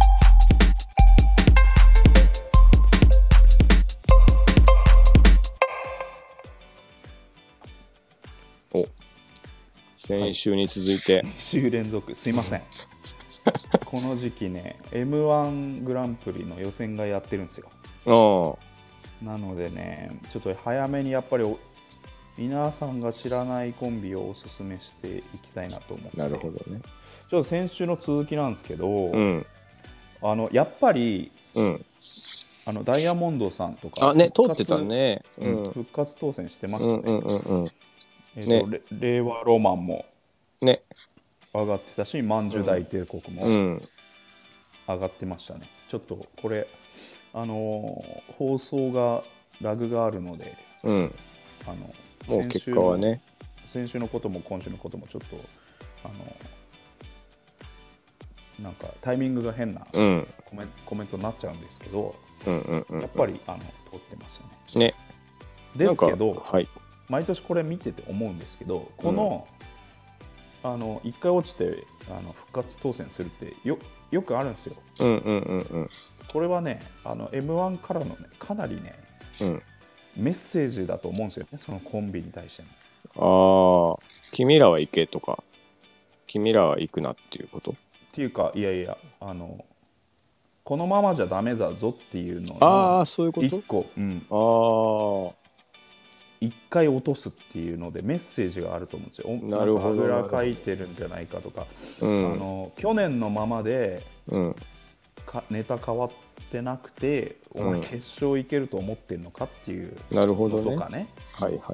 お、先週に続いて、はい、 に週連続すいませんこの時期ね エムワン グランプリの予選がやってるんですよ。 あなのでね、ちょっと早めにやっぱり皆さんが知らないコンビをおすすめしていきたいなと思って。 なるほどね。 ちょっと先週の続きなんですけど、 うん、 あのやっぱり、 うん、 あのダイヤモンドさんとかあ、ね、通ってたね、 うん、復活当選してましたね。 うんうんうんうん、 えーとね、令和ロマンもね上がってたし、まんじゅう大帝国も上がってましたね。ちょっとこれ、あのー、放送がラグがあるので、 うん、 あのもう結果はね、 先週のことも今週のこともちょっと、あのー、なんかタイミングが変なコメ、うん、コメントになっちゃうんですけど、うんうんうんうん、やっぱりあの通ってますよね。ねですけど、 はい、 毎年これ見てて思うんですけど、この、うん、あのいっかい落ちてあの復活当選するって よ, よくあるんですよ、 うんうんうんうん、 これはね、あの エムワン からの、ね、かなりね、うん、メッセージだと思うんですよね、そのコンビに対しての。ああ、君らは行けとか、君らは行くなっていうこと？ っていうか、いやいや、あのこのままじゃダメだぞっていうののいっこ、うん、あいっかい落とすっていうのでメッセージがあると思うんですよ。なるほど、あぐらかいてるんじゃないかとか、うん、あの去年のままで、うん、かネタ変わってなくて、お前決勝いけると思ってるのかっていうのとかね、 はいはいはい、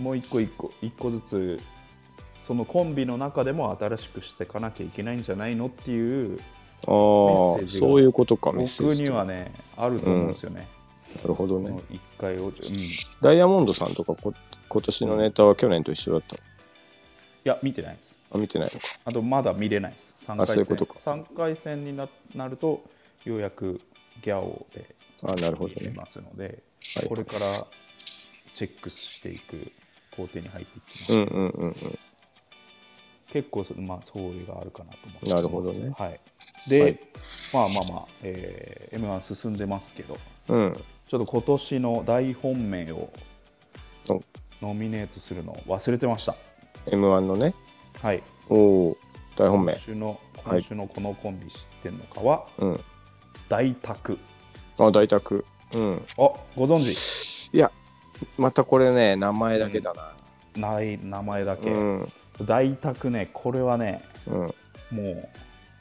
もう一個一個一個ずつそのコンビの中でも新しくしていかなきゃいけないんじゃないのっていうメッセージがそういうことか、 僕にはねあると思うんですよね。 うん、なるほどね。 いっかい落ち、うん、 ダイヤモンドさんとかこ今年のネタは去年と一緒だったの？いや見てないです。 あ、見てないのか。 あとまだ見れないです。さんかい戦。あ、 そういうことか。 さんかい戦に な, なるとようやくギャオで見れますので、ね、はい、これからチェックしていく工程に入っていきます、うんうんうんうん、結構、まあ、そういうがあるかなと思ってます。 なるほどね。 はい、で、はい、まあまあまあ、えー、エムワン 進んでますけど、うん、ちょっと今年の大本命をノミネートするのを忘れてました。 エムワン のね。 はい。 おお、大本命。 今週の今週のこのコンビ知ってんのかは、はい、大宅。 あ、大宅。うん。 あ、ご存知？ いや、またこれね、名前だけだな。 うん、ない名前だけ。うん、大宅ね、これはね、うん、もう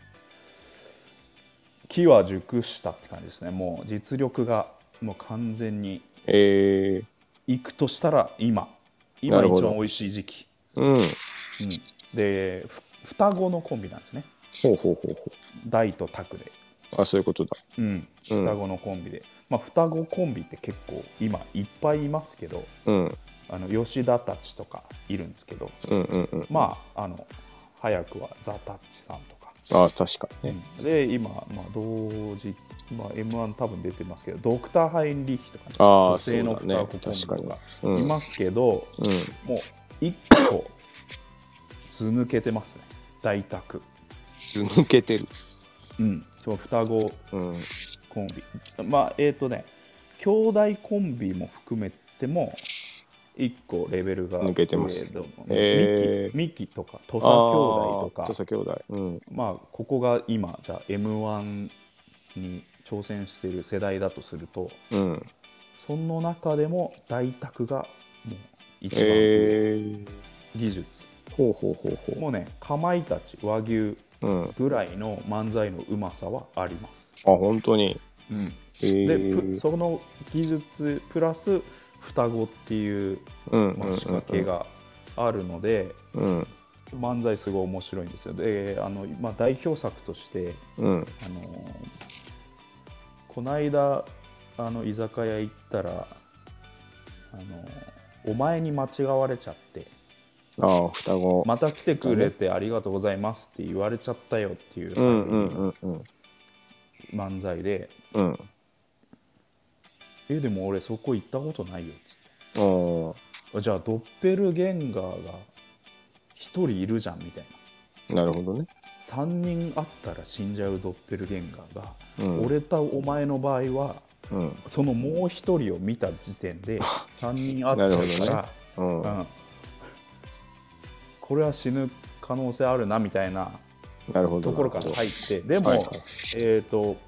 機は熟したって感じですね。もう実力がもう完全に。えー、行くとしたら今今一番美味しい時期。うん、うん、で双子のコンビなんですね。 ほうほうほうほう。 大と拓で。 あ、そういうことだ。 うん、双子のコンビで、まあ、双子コンビって結構今いっぱいいますけど、うん、あの吉田たちとかいるんですけど、うんうんうん、まああの早くはザ・タッチさんとか。 あ、確かにね。 うん、で今、まあ、同時、まあ、エムワン 多分出てますけどドクター・ハインリッヒとか、ね、 あ、 女性の双子コンビとかいますけど、 うん、 もういっこず抜けてますね、大宅。 ず抜けてる。 うん、その双子コンビ、うん、まあえっ、ー、とね兄弟コンビも含めてもいっこレベルが抜けてます。 えー、ミキ、ミキとか土佐兄弟とか、 土佐兄弟、うん、 まあここが今じゃあ エムワン に挑戦している世代だとすると、うん、その中でも大宅がもう一番、えー、技術、 ほうほうほうほう、 もうねかまいたち和牛ぐらいの漫才のうまさはあります。 あ、本当に。 うん、えー、でその技術プラス双子っていう、まあ、仕掛けがあるので、 うん、 漫才すごい面白いんですよ。で、あの、まあ、代表作として、 うん、 あのこの間あの居酒屋行ったら、あのお前に間違われちゃって、 ああ、双子。 また来てくれてありがとうございますって言われちゃったよっていう漫才で、 うん、 えでも俺そこ行ったことないよっつって、じゃあドッペルゲンガーがひとりいるじゃんみたいな。なるほどね。 さんにんあったら死んじゃうドッペルゲンガーが、 うん、 俺とお前の場合は、うん、そのもうひとりを見た時点でさんにんあっちゃうから、ねうんうん、これは死ぬ可能性あるなみたいなところから入って、でも、はいはい、えっと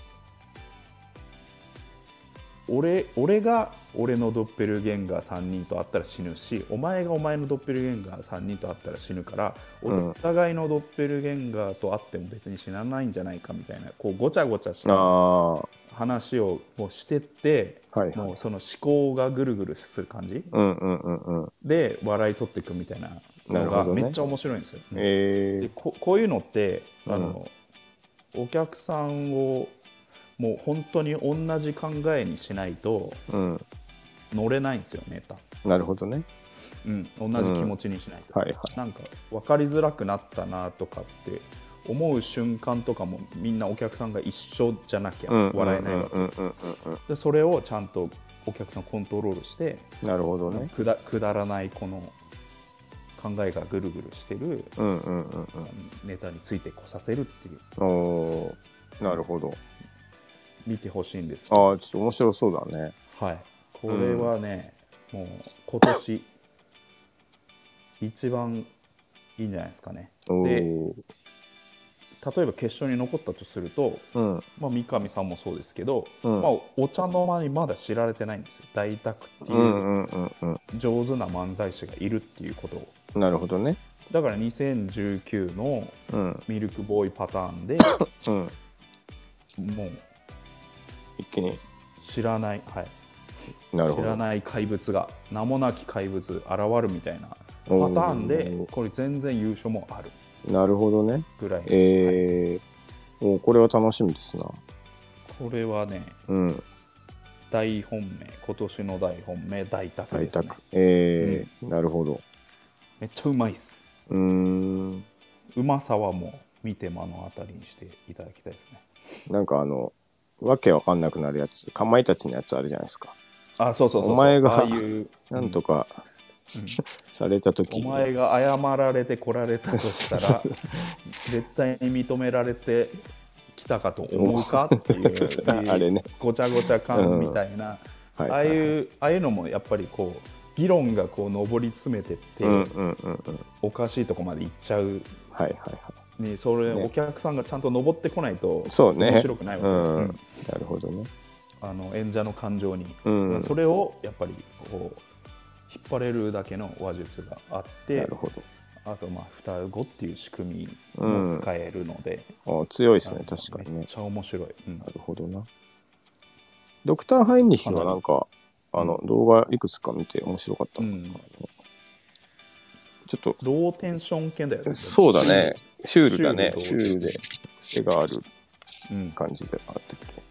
俺, 俺が俺のドッペルゲンガーさんにんと会ったら死ぬし、お前がお前のドッペルゲンガーさんにんと会ったら死ぬから、うん、お互いのドッペルゲンガーと会っても別に死なないんじゃないかみたいな、こうごちゃごちゃした話をもうしてって、はいはい、もうその思考がぐるぐるする感じ、うんうんうんうん、で笑い取っていくみたいなのがめっちゃ面白いんですよ。ねえー、で こ, こういうのってあの、うん、お客さんをもう本当に同じ考えにしないと乗れないんですよ、ネタ。 なるほどね。 うん、同じ気持ちにしないと、うんはいはい、なんか分かりづらくなったなとかって思う瞬間とかもみんなお客さんが一緒じゃなきゃ笑えないわけで、それをちゃんとお客さんコントロールして、 なるほどね、 くだ、くだらないこの考えがぐるぐるしてるネタについてこさせるっていう。 おー、なるほど。 見てほしいんですけど、ああ、ちょっと面白そうだね。 はい、これはね、うん、もう今年一番いいんじゃないですかね。で、例えば決勝に残ったとすると、うんまあ、三上さんもそうですけど、うんまあ、お茶の間にまだ知られてないんですよ。大宅っていう上手な漫才師がいるっていうことを。 なるほどね。 だからにせんじゅうきゅうのミルクボーイパターンで、うん、もう一気に知らない、はい、 なるほど、 知らない怪物が名もなき怪物現るみたいなパターンで、これ全然優勝もある。 なるほどね。 ぐらい。 えー、はい、もうこれは楽しみですな。 これはね、うん、大本命、今年の大本命大宅ですね。大宅、 えーうん、なるほど。 めっちゃうまいっす。うーん、うまさはもう見て目の当たりにしていただきたいですね。 なんかあのわけわかんなくなるやつ、かまいたちのやつあるじゃないですか。 あ、そうそうそうそう。 お前がああいうなんとか、うん、された時に、お前が謝られて来られたとしたら絶対に認められてきたかと思うかっていうあれね、ごちゃごちゃ感みたいな、うん、ああいうああいうのもやっぱりこう議論がこう上り詰めてって、うんうんうんうん、おかしいとこまで行っちゃう。はいはいはい。にそれ、ね、お客さんがちゃんと上ってこないと面白くないわけ、ねうんうん、 なるほどね。 あの演者の感情に、うん、それをやっぱりこう引っ張れるだけの話術があって、 なるほど。 あとまあ双子っていう仕組みも使えるので、 うん、あ強いですね、確かにね。 めっちゃ面白い、 うん、なるほどな。ドクターハインリヒはなんかあの、うん、動画いくつか見て面白かったの、うん、ちょっとローテンション系だよね。 そうだね、シュールだね、シュールで癖がある感じであってきて、うん、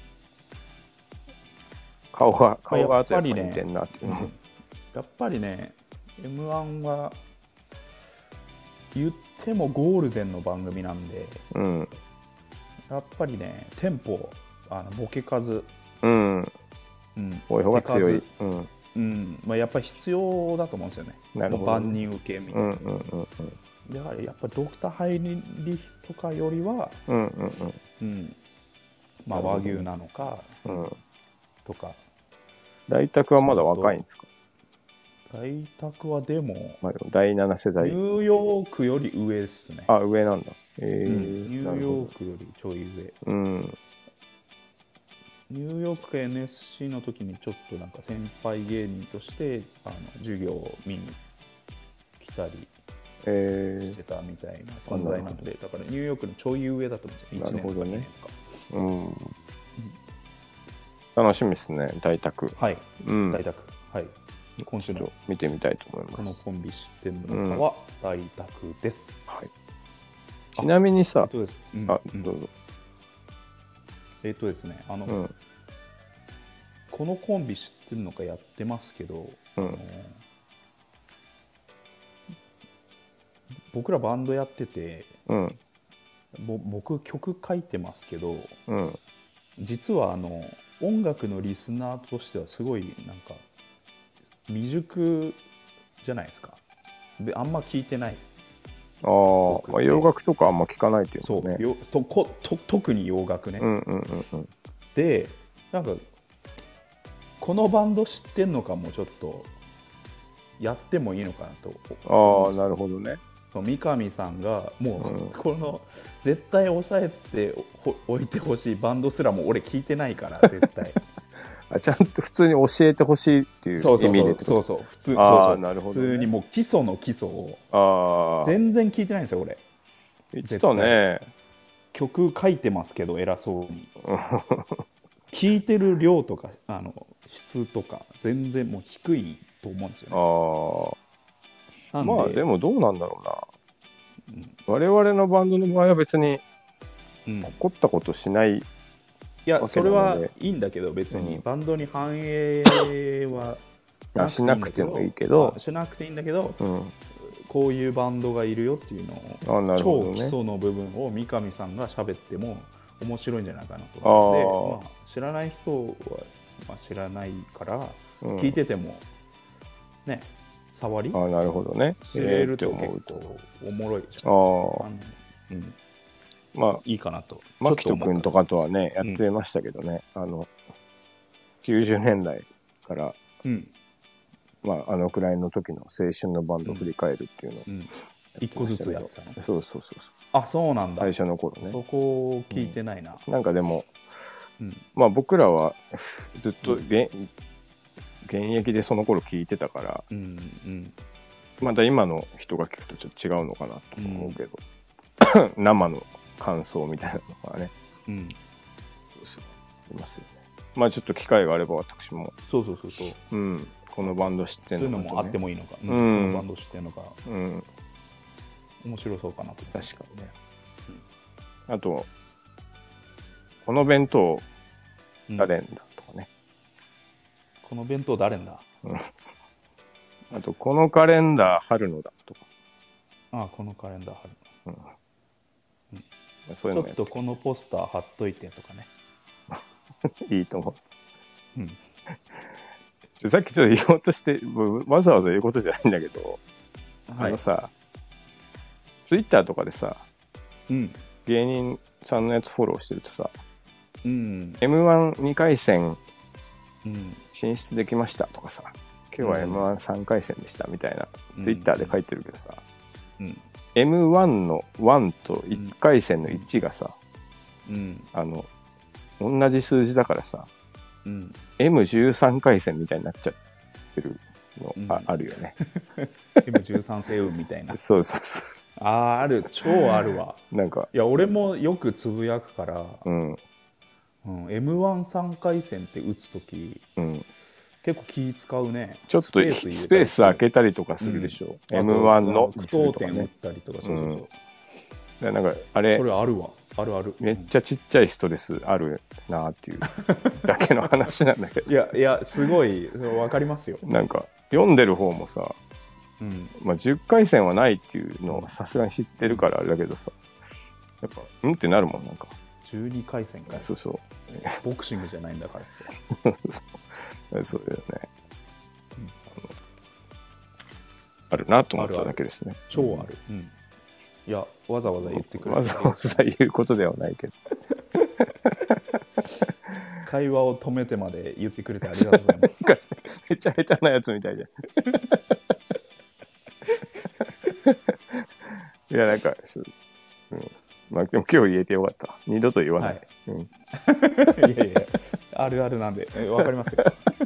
顔が顔が後やっぱり似てんなっていう、ね、 やっぱりね エムワン は言ってもゴールデンの番組なんで、うん、やっぱりねテンポ、あのボケ数、うんうん、多い方が強い、うんうんまあ、やっぱり必要だと思うんですよね。なるほど、万人受けみたいな、うんうんうんうん、だからやっぱりドクターハインリヒとかよりは、うんうんうんうんまあ、和牛なのか、うん、とか。 大宅はまだ若いんですか？ 大宅はでも、 まあ、でもだいなな世代、 ニューヨークより上ですね。 あ、上なんだ、えーうん、 ニューヨークよりちょい上、うん、ニューヨーク エヌエスシー の時にちょっとなんか先輩芸人としてあの授業を見に来たりしてたみたいな存在なので、だからニューヨークのちょい上だと思うんですよ。いちねんかにねんか、うん、 楽しみですね、大宅。 はい、うん、大宅、はい、 今週の見てみたいと思います。 このコンビ知ってるのかは大拓です、 うん、はい。ちなみにさ、 えっとですうん、 あ、どうぞ。 えっとですね、あの、 うん、 このコンビ知ってるのかやってますけど、 うん、 あの僕らバンドやってて、 うん、 ぼ僕曲書いてますけど、 うん、 実はあの音楽のリスナーとしてはすごいなんか未熟じゃないですか。であんま聞いてない。 ああ、まあ、洋楽とかあんま聞かないっていうのね。 そうよとこと特に洋楽ね、 うんうんうんうん、 でなんかこのバンド知ってんのかもちょっとやってもいいのかなと。 ああ、なるほどね。 三上さんがもうこの絶対抑えておいてほしいバンドすらも俺聞いてないから絶対あ、ちゃんと普通に教えてほしいっていう意味でってこと。 そうそうそう普通、 あ、 そうそう、 なるほどね、 普通にもう基礎の基礎を全然聞いてないんですよ俺。 言ってたね。 曲書いてますけど偉そうに聞いてる量とかあの質とか全然もう低いと思うんですよね。 ああ、まあでもどうなんだろうな、うん、我々のバンドの場合は別に怒ったことしない、うん、いやそれはいいんだけど別にバンドに反映はしなくてもいいけど、 しなくていいんだけど、 うん、 こういうバンドがいるよっていうのを、 あ、なるほどね、 超基礎の部分を三上さんが喋っても面白いんじゃないかなと思って、まあ、知らない人は、まあ、知らないから聞いてても、うん、ね触りあ、なるほどね、 知れると結構おもろいじゃん。ああ、うん、まあいいかなと。 牧人君とかとはねやってましたけどね、うん、あのきゅうじゅうねんだいから、うん、まあ、あのくらいの時の青春のバンドを振り返るっていうのを、うんうん、 一個ずつやってたの。 そうそうそうそう。 あ、そうなんだ。 最初の頃ね。 そこを聞いてないな。 うん、なんかでも、うん、まあ僕らはずっと現、うん、現役でその頃聞いてたから、うんうん、また今の人が聞くとちょっと違うのかなと思うけど、うん、生の感想みたいなのがね、うん、そうそういますよね。まあちょっと機会があれば私も、 そうそうそうそう、 うん、このバンド知ってんのか、ね、 そういうのもあってもいいのか、うん、このバンド知ってんのか、うん、面白そうかなと。 確かにね、うん、あとこの弁当誰んだとかね、 うん、この弁当誰んだあとこのカレンダー春のだとか、 ああこのカレンダー春の、うんうん、 そういうのちょっとこのポスター貼っといてとかねいいと思う、うん、さっきちょっと言おうとしてわざわざ言うことじゃないんだけど、はい、あのさツイッターとかでさ、うん、芸人さんのやつフォローしてるとさ、うん、エムワンに 回戦進出できましたとかさ、今日は エムワンさん 回戦でしたみたいな、うん、ツイッターで書いてるけどさ、うん、エムワン のいちといっかい戦のいちがさ、うん、あの同じ数字だからさ、うん、エムじゅうさん 回戦みたいになっちゃってるの、うん、あ, あるよねエムじゅうさん 星雲みたいなそうそうそう、 あーある、超あるわなんかいや俺もよくつぶやくから、うんうん、エムワンさん 回戦って打つとき、うん、結構気使うね。 ちょっとスペース, スペース開けたりとかするでしょ、うん、エムワン の句読点打ったりとか、そうそうそう、 うん、なんかあれそれあるわ、あるある、 めっちゃちっちゃいストレスあるなっていうだけの話なんだけどいやいやすごい分かりますよ。 なんか読んでる方もさ、うんまあ、じゅっかい戦はないっていうのをさすがに知ってるからあれだけどさ、やっぱうんってなるもん。なんかじゅうにかい戦か、 そうそうボクシングじゃないんだからそうそうだよね、うん、あのあるなと思っただけですね。 あるある超ある、うん、いやわざわざ言ってくれる、 わざわざ言うことではないけど会話を止めてまで言ってくれてありがとうございますめっちゃ下手なやつみたいじゃんいやなんか、うんまあ、でも今日言えてよかった。二度と言わない、はいうん、いやいやあるあるなんでわかりますよ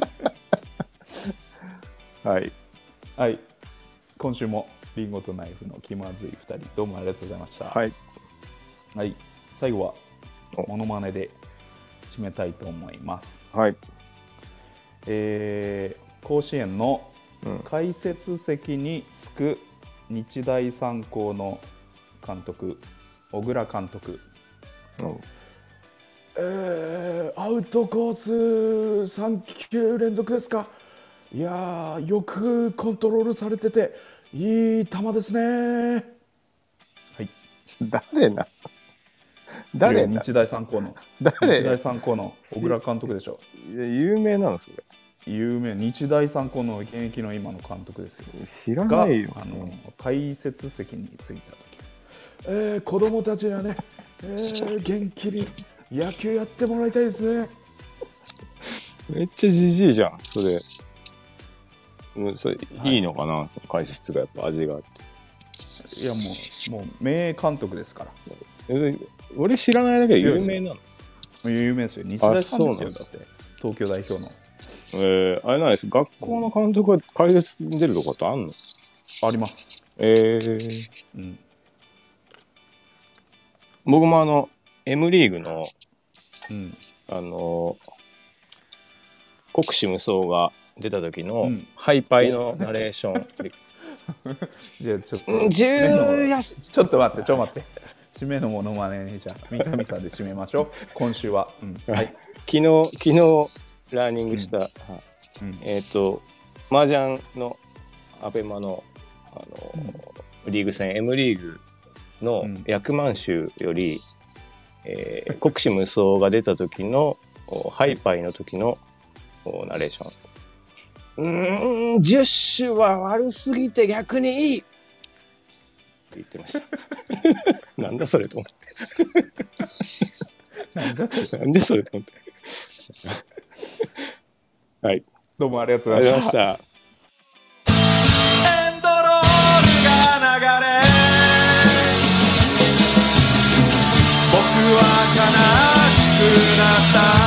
はいはい、今週もリンゴとナイフの気まずいふたりどうもありがとうございました。 はい、 はい、最後はモノマネで締めたいと思います。 はい、 えー、甲子園のうん、解説席につく日大三高の監督、小倉監督、うん、 えー、アウトコースさん球連続ですか。いやー、よくコントロールされてていい球ですね。 はい。 誰な誰な日大三高の誰日大三高の小倉監督でしょ。 いや有名なのそれ。 有名、日大三高の現役の今の監督ですよ。 知らないよ。 あの解説席についた時、 えー、子供たちにはね、えー、元気に野球やってもらいたいですね。 めっちゃじじいじゃんそれ。もうそれいいのかな、はい、その解説がやっぱ味があって。 いやもうもう名監督ですから。 俺知らないだけで有名なの。 有名ですよ。日大さんですよ。だって東京代表の。 えー、あれなんです。学校の監督が解説に出るとかってあんの？ あります。 えーうん、僕もあの M リーグの、うん、あの国士無双が出た時の、うん、ハイパイのナレーション。 じゃあちょっとちょっと待ってちょっと待って。締めのモノマネにじゃあ三上さんで締めましょう。今週は、うんはい、 昨日昨日ラーニングした、うんうん、えっ、ー、と麻雀のアベマのあの、うん、リーグ戦 M リーグの役満州より、うんえー、国士無双が出た時のハイパイの時のナレーション。うーんじゅっ種は悪すぎて逆にいいって言ってました。なんだそれと思ってなんだそれなんでそれと思ってはいどうもありがとうございました。エンドロールが流れ僕は悲しくなった